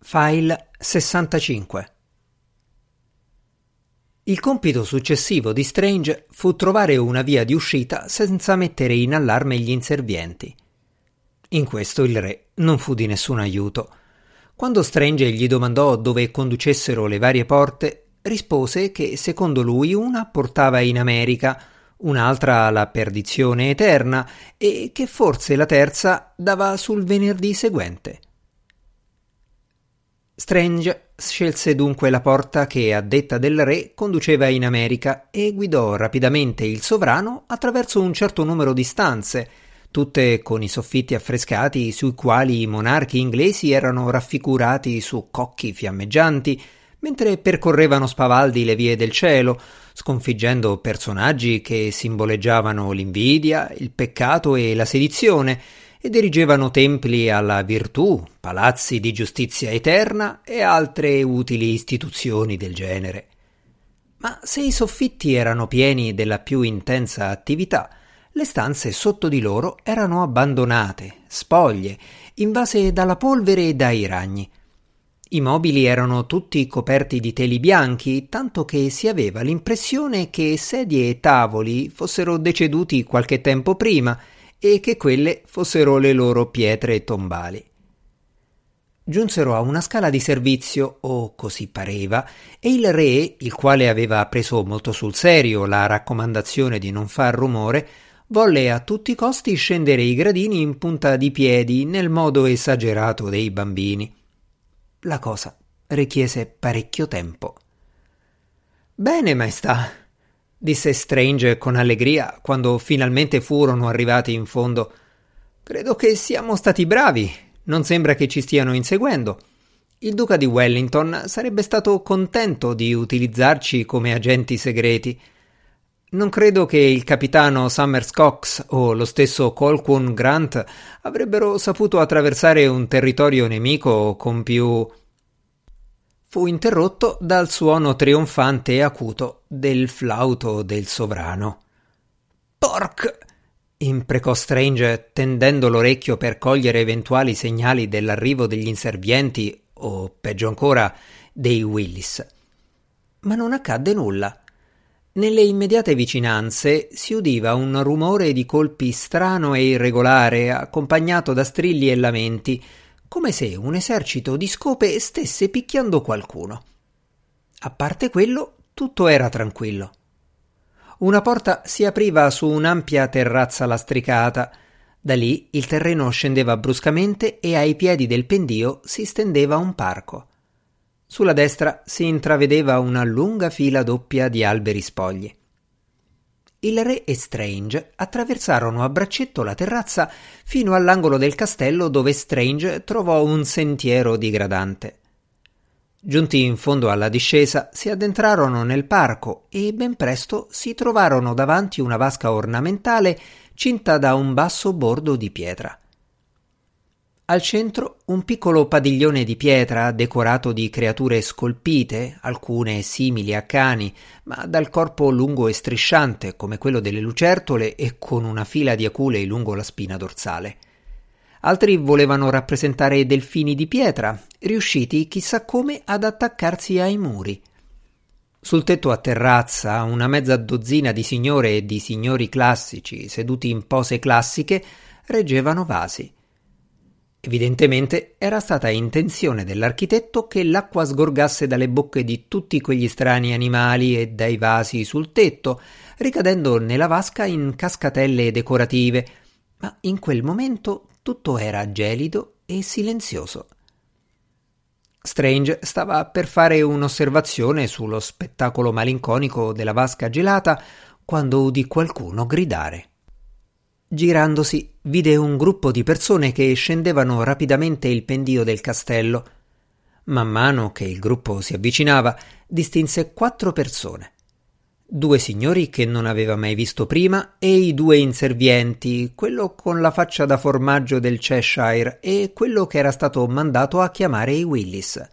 File 65. Il compito successivo di Strange fu trovare una via di uscita senza mettere in allarme gli inservienti. In questo il re non fu di nessun aiuto. Quando Strange gli domandò dove conducessero le varie porte, rispose che secondo lui una portava in America, un'altra alla perdizione eterna e che forse la terza dava sul venerdì seguente. Strange scelse dunque la porta che, a detta del re, conduceva in America e guidò rapidamente il sovrano attraverso un certo numero di stanze, tutte con i soffitti affrescati sui quali i monarchi inglesi erano raffigurati su cocchi fiammeggianti, mentre percorrevano spavaldi le vie del cielo, sconfiggendo personaggi che simboleggiavano l'invidia, il peccato e la sedizione, ed erigevano templi alla virtù, palazzi di giustizia eterna e altre utili istituzioni del genere. Ma se i soffitti erano pieni della più intensa attività, le stanze sotto di loro erano abbandonate, spoglie, invase dalla polvere e dai ragni. I mobili erano tutti coperti di teli bianchi, tanto che si aveva l'impressione che sedie e tavoli fossero deceduti qualche tempo prima e che quelle fossero le loro pietre tombali. Giunsero a una scala di servizio, o così pareva, e il re, il quale aveva preso molto sul serio la raccomandazione di non far rumore, volle a tutti i costi scendere i gradini in punta di piedi nel modo esagerato dei bambini. La cosa richiese parecchio tempo. «Bene, maestà», disse Strange con allegria quando finalmente furono arrivati in fondo. «Credo che siamo stati bravi. Non sembra che ci stiano inseguendo. Il duca di Wellington sarebbe stato contento di utilizzarci come agenti segreti. Non credo che il capitano Summers Cox o lo stesso Colquhoun Grant avrebbero saputo attraversare un territorio nemico con più...» Fu interrotto dal suono trionfante e acuto del flauto del sovrano. «Porc!» imprecò Strange, tendendo l'orecchio per cogliere eventuali segnali dell'arrivo degli inservienti o, peggio ancora, dei Willis. Ma non accadde nulla. Nelle immediate vicinanze si udiva un rumore di colpi strano e irregolare, accompagnato da strilli e lamenti, come se un esercito di scope stesse picchiando qualcuno. A parte quello, tutto era tranquillo. Una porta si apriva su un'ampia terrazza lastricata. Da lì il terreno scendeva bruscamente e ai piedi del pendio si stendeva un parco. Sulla destra si intravedeva una lunga fila doppia di alberi spogli. Il re e Strange attraversarono a braccetto la terrazza fino all'angolo del castello dove Strange trovò un sentiero digradante. Giunti in fondo alla discesa, si addentrarono nel parco e ben presto si trovarono davanti una vasca ornamentale cinta da un basso bordo di pietra. Al centro un piccolo padiglione di pietra decorato di creature scolpite, alcune simili a cani, ma dal corpo lungo e strisciante come quello delle lucertole e con una fila di aculei lungo la spina dorsale. Altri volevano rappresentare delfini di pietra, riusciti chissà come ad attaccarsi ai muri. Sul tetto a terrazza una mezza dozzina di signore e di signori classici, seduti in pose classiche, reggevano vasi. Evidentemente era stata intenzione dell'architetto che l'acqua sgorgasse dalle bocche di tutti quegli strani animali e dai vasi sul tetto, ricadendo nella vasca in cascatelle decorative, ma in quel momento tutto era gelido e silenzioso. Strange stava per fare un'osservazione sullo spettacolo malinconico della vasca gelata quando udì qualcuno gridare. Girandosi, vide un gruppo di persone che scendevano rapidamente il pendio del castello. Man mano che il gruppo si avvicinava, distinse 4 persone. 2 signori che non aveva mai visto prima e i 2 inservienti, quello con la faccia da formaggio del Cheshire e quello che era stato mandato a chiamare i Willis.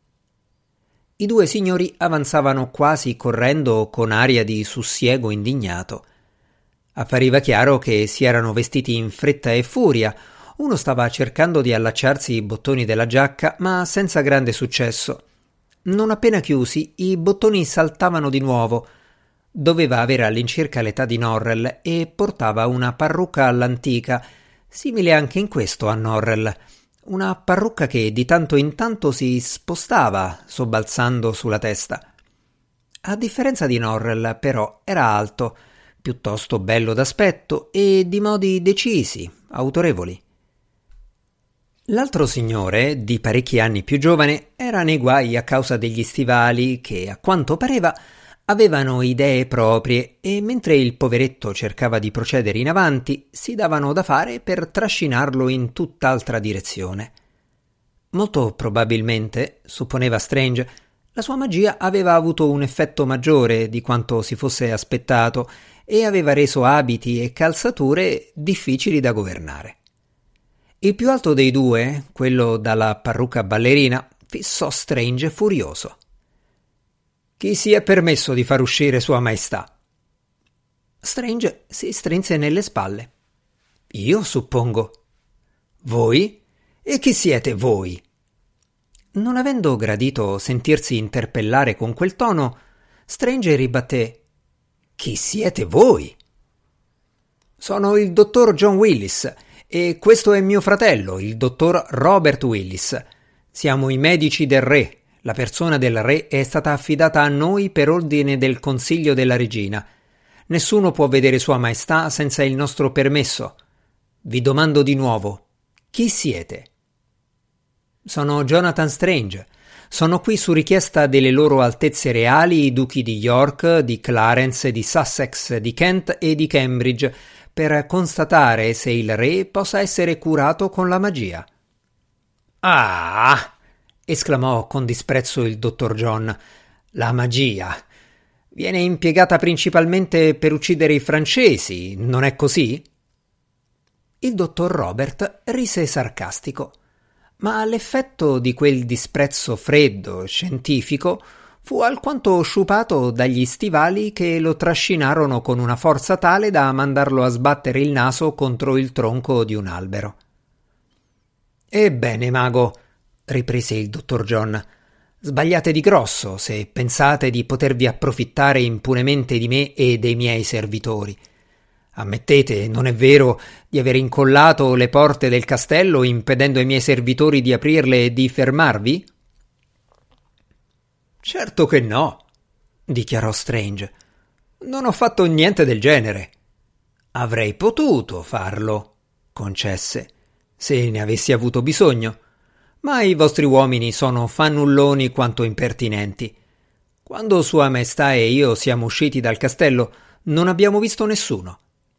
I 2 signori avanzavano quasi correndo con aria di sussiego indignato. Appariva chiaro che si erano vestiti in fretta e furia, Uno stava cercando di allacciarsi i bottoni della giacca, ma senza grande successo. Non appena chiusi, i bottoni saltavano di nuovo. Doveva avere all'incirca l'età di Norrell e portava una parrucca all'antica, simile anche in questo a Norrell. Una parrucca che di tanto in tanto si spostava, sobbalzando sulla testa. A differenza di Norrell, però, era alto, piuttosto bello d'aspetto e di modi decisi, autorevoli. L'altro signore, di parecchi anni più giovane, era nei guai a causa degli stivali che, a quanto pareva, avevano idee proprie e mentre il poveretto cercava di procedere in avanti, si davano da fare per trascinarlo in tutt'altra direzione. Molto probabilmente, supponeva Strange, la sua magia aveva avuto un effetto maggiore di quanto si fosse aspettato e aveva reso abiti e calzature difficili da governare. Il più alto dei due, quello dalla parrucca ballerina, fissò Strange furioso. «Chi si è permesso di far uscire Sua Maestà?» Strange si strinse nelle spalle. «Io, suppongo». «Voi? E chi siete voi?» Non avendo gradito sentirsi interpellare con quel tono, Strange ribatté: «Chi siete voi?» «Sono il dottor John Willis e questo è mio fratello, il dottor Robert Willis. Siamo i medici del re. La persona del re è stata affidata a noi per ordine del consiglio della regina. Nessuno può vedere Sua Maestà senza il nostro permesso. Vi domando di nuovo, chi siete?» «Sono Jonathan Strange. Sono qui su richiesta delle loro altezze reali, i duchi di York, di Clarence, di Sussex, di Kent e di Cambridge, per constatare se il re possa essere curato con la magia». «Ah!» esclamò con disprezzo il dottor John. «La magia viene impiegata principalmente per uccidere i francesi, non è così?» Il dottor Robert rise sarcastico, ma l'effetto di quel disprezzo freddo, scientifico, fu alquanto sciupato dagli stivali che lo trascinarono con una forza tale da mandarlo a sbattere il naso contro il tronco di un albero. «Ebbene, mago», riprese il dottor John, «sbagliate di grosso se pensate di potervi approfittare impunemente di me e dei miei servitori. Ammettete, non è vero, di aver incollato le porte del castello impedendo ai miei servitori di aprirle e di fermarvi?» «Certo che no», dichiarò Strange. «Non ho fatto niente del genere». «Avrei potuto farlo», concesse, «se ne avessi avuto bisogno. Ma i vostri uomini sono fannulloni quanto impertinenti. Quando Sua Maestà e io siamo usciti dal castello non abbiamo visto nessuno».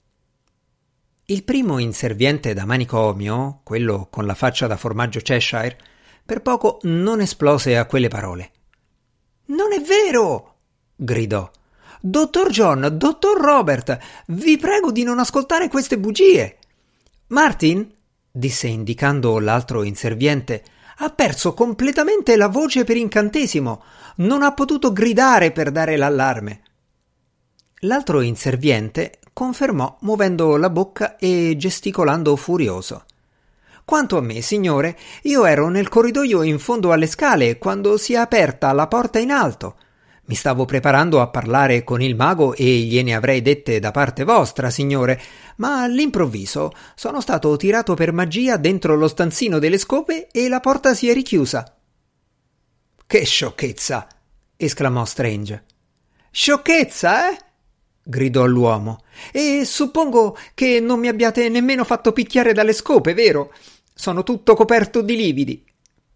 Il primo inserviente da manicomio, quello con la faccia da formaggio Cheshire, per poco non esplose a quelle parole. «Non è vero!» gridò. «Dottor John, dottor Robert, vi prego di non ascoltare queste bugie!» «Martin», disse indicando l'altro inserviente, «ha perso completamente la voce per incantesimo. Non ha potuto gridare per dare l'allarme». L'altro inserviente confermò muovendo la bocca e gesticolando furioso. «Quanto a me, signore, io ero nel corridoio in fondo alle scale quando si è aperta la porta in alto. Mi stavo preparando a parlare con il mago e gliene avrei dette da parte vostra, signore, ma all'improvviso sono stato tirato per magia dentro lo stanzino delle scope e la porta si è richiusa». «Che sciocchezza!» esclamò Strange. «Sciocchezza, eh?» gridò l'uomo. «E suppongo che non mi abbiate nemmeno fatto picchiare dalle scope, vero? Sono tutto coperto di lividi».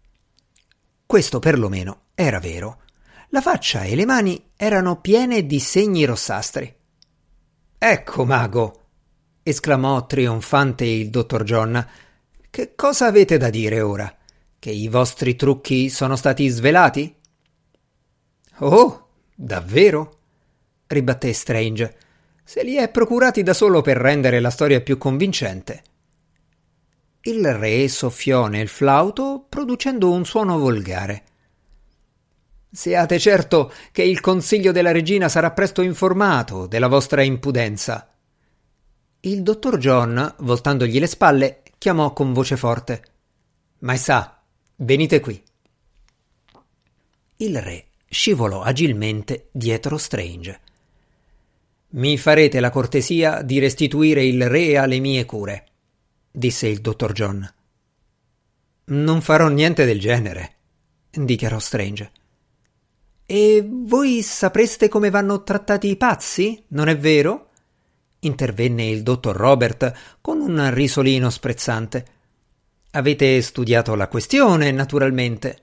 Questo perlomeno era vero. La faccia e le mani erano piene di segni rossastri. «Ecco, mago!» esclamò trionfante il dottor John. «Che cosa avete da dire ora? Che i vostri trucchi sono stati svelati?» «Oh, davvero?» ribatté Strange. «Se li è procurati da solo per rendere la storia più convincente». Il re soffiò nel flauto producendo un suono volgare. «Siate certo che il consiglio della regina sarà presto informato della vostra impudenza». Il dottor John, voltandogli le spalle, chiamò con voce forte. Maestà, venite qui. Il re scivolò agilmente dietro Strange. Mi farete la cortesia di restituire il re alle mie cure, disse il dottor John. Non farò niente del genere, dichiarò Strange. E voi sapreste come vanno trattati i pazzi, non è vero? Intervenne il dottor Robert con un risolino sprezzante. Avete studiato la questione, naturalmente.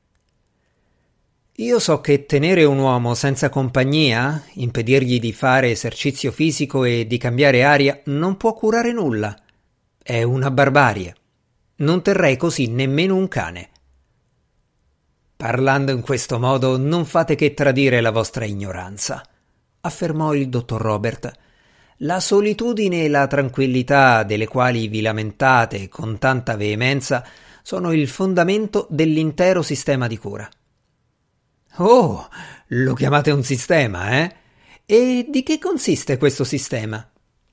Io so che tenere un uomo senza compagnia, impedirgli di fare esercizio fisico e di cambiare aria, non può curare nulla. È una barbarie. Non terrei così nemmeno un cane. Parlando in questo modo non fate che tradire la vostra ignoranza, affermò il dottor Robert. La solitudine e la tranquillità delle quali vi lamentate con tanta veemenza sono il fondamento dell'intero sistema di cura. Oh, lo chiamate un sistema, eh? E di che consiste questo sistema?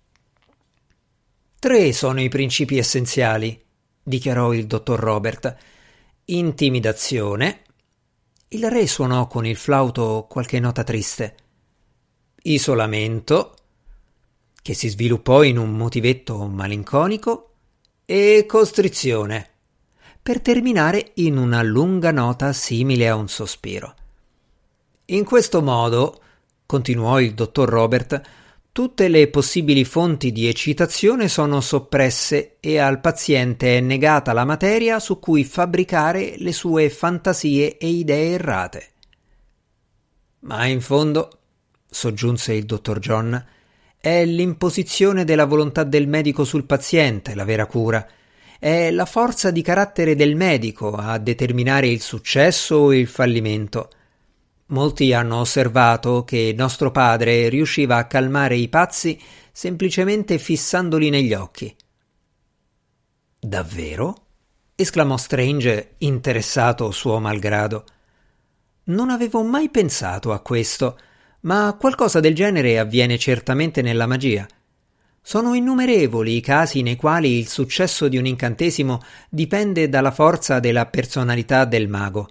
3 sono i principi essenziali, dichiarò il dottor Robert. Intimidazione. Il re suonò con il flauto qualche nota triste. Isolamento, che si sviluppò in un motivetto malinconico, e costrizione, per terminare in una lunga nota simile a un sospiro. In questo modo, continuò il dottor Robert, tutte le possibili fonti di eccitazione sono soppresse e al paziente è negata la materia su cui fabbricare le sue fantasie e idee errate. Ma in fondo, soggiunse il dottor John, è l'imposizione della volontà del medico sul paziente la vera cura. È la forza di carattere del medico a determinare il successo o il fallimento. Molti hanno osservato che nostro padre riusciva a calmare i pazzi semplicemente fissandoli negli occhi. Davvero? Esclamò Strange, interessato suo malgrado. Non avevo mai pensato a questo, ma qualcosa del genere avviene certamente nella magia. Sono innumerevoli i casi nei quali il successo di un incantesimo dipende dalla forza della personalità del mago.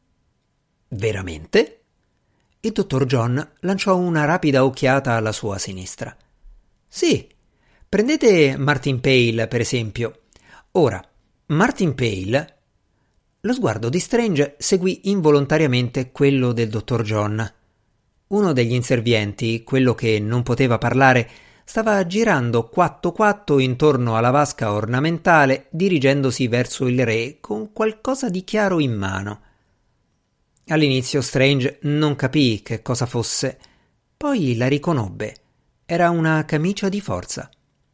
Veramente? Il dottor John lanciò una rapida occhiata alla sua sinistra. Sì, prendete Martin Pale, per esempio. Ora, Martin Pale... Lo sguardo di Strange seguì involontariamente quello del dottor John. Uno degli inservienti, quello che non poteva parlare, stava girando quatto quatto intorno alla vasca ornamentale, dirigendosi verso il re con qualcosa di chiaro in mano. All'inizio Strange non capì che cosa fosse, poi la riconobbe. Era una camicia di forza.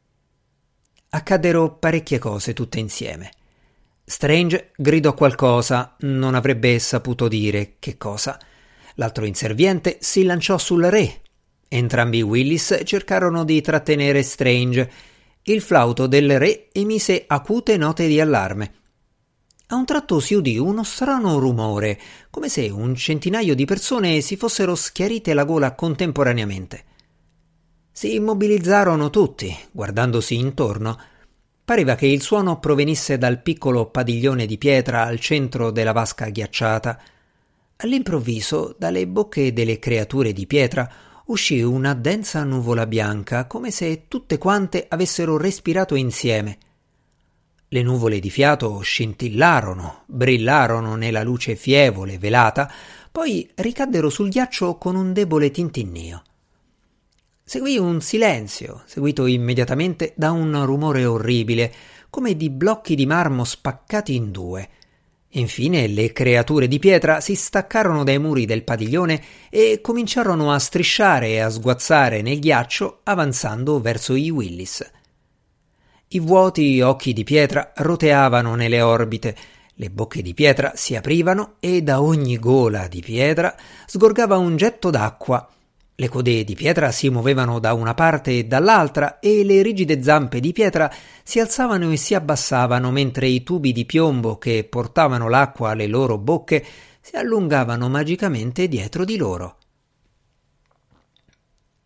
Accaddero parecchie cose tutte insieme. Strange gridò qualcosa, non avrebbe saputo dire che cosa. L'altro inserviente si lanciò sul re. Entrambi i Willis cercarono di trattenere Strange. Il flauto del re emise acute note di allarme. A un tratto si udì uno strano rumore, come se un centinaio di persone si fossero schiarite la gola contemporaneamente. Si immobilizzarono tutti, guardandosi intorno. Pareva che il suono provenisse dal piccolo padiglione di pietra al centro della vasca ghiacciata. All'improvviso, dalle bocche delle creature di pietra uscì una densa nuvola bianca, come se tutte quante avessero respirato insieme. Le nuvole di fiato scintillarono, brillarono nella luce fievole, velata, poi ricaddero sul ghiaccio con un debole tintinnio. Seguì un silenzio, seguito immediatamente da un rumore orribile, come di blocchi di marmo spaccati in 2. Infine le creature di pietra si staccarono dai muri del padiglione e cominciarono a strisciare e a sguazzare nel ghiaccio, avanzando verso i Willis. I vuoti occhi di pietra roteavano nelle orbite, le bocche di pietra si aprivano e da ogni gola di pietra sgorgava un getto d'acqua. Le code di pietra si muovevano da una parte e dall'altra e le rigide zampe di pietra si alzavano e si abbassavano mentre i tubi di piombo che portavano l'acqua alle loro bocche si allungavano magicamente dietro di loro.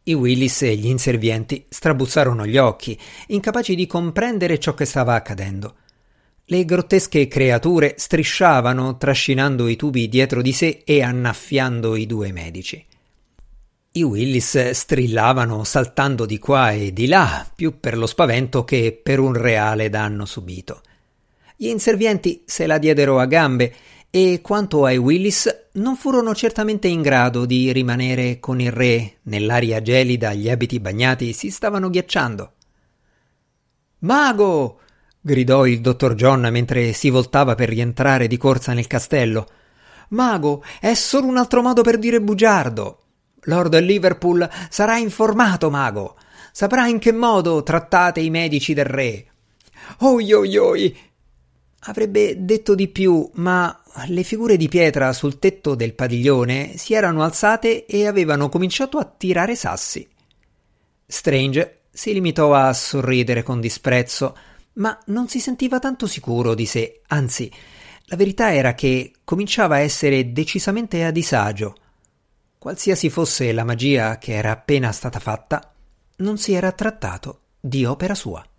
I Willis e gli inservienti strabuzzarono gli occhi, incapaci di comprendere ciò che stava accadendo. Le grottesche creature strisciavano, trascinando i tubi dietro di sé e annaffiando i due medici. I Willis strillavano, saltando di qua e di là, più per lo spavento che per un reale danno subito. Gli inservienti se la diedero a gambe e, quanto ai Willis, non furono certamente in grado di rimanere con il re. Nell'aria gelida gli abiti bagnati si stavano ghiacciando. «Mago!» gridò il dottor John mentre si voltava per rientrare di corsa nel castello. «Mago, è solo un altro modo per dire bugiardo! Lord Liverpool sarà informato, mago! Saprà in che modo trattate i medici del re!» «Oi oi oi!» Avrebbe detto di più, ma le figure di pietra sul tetto del padiglione si erano alzate e avevano cominciato a tirare sassi. Strange si limitò a sorridere con disprezzo, ma non si sentiva tanto sicuro di sé, anzi, la verità era che cominciava a essere decisamente a disagio. Qualsiasi fosse la magia che era appena stata fatta, non si era trattato di opera sua.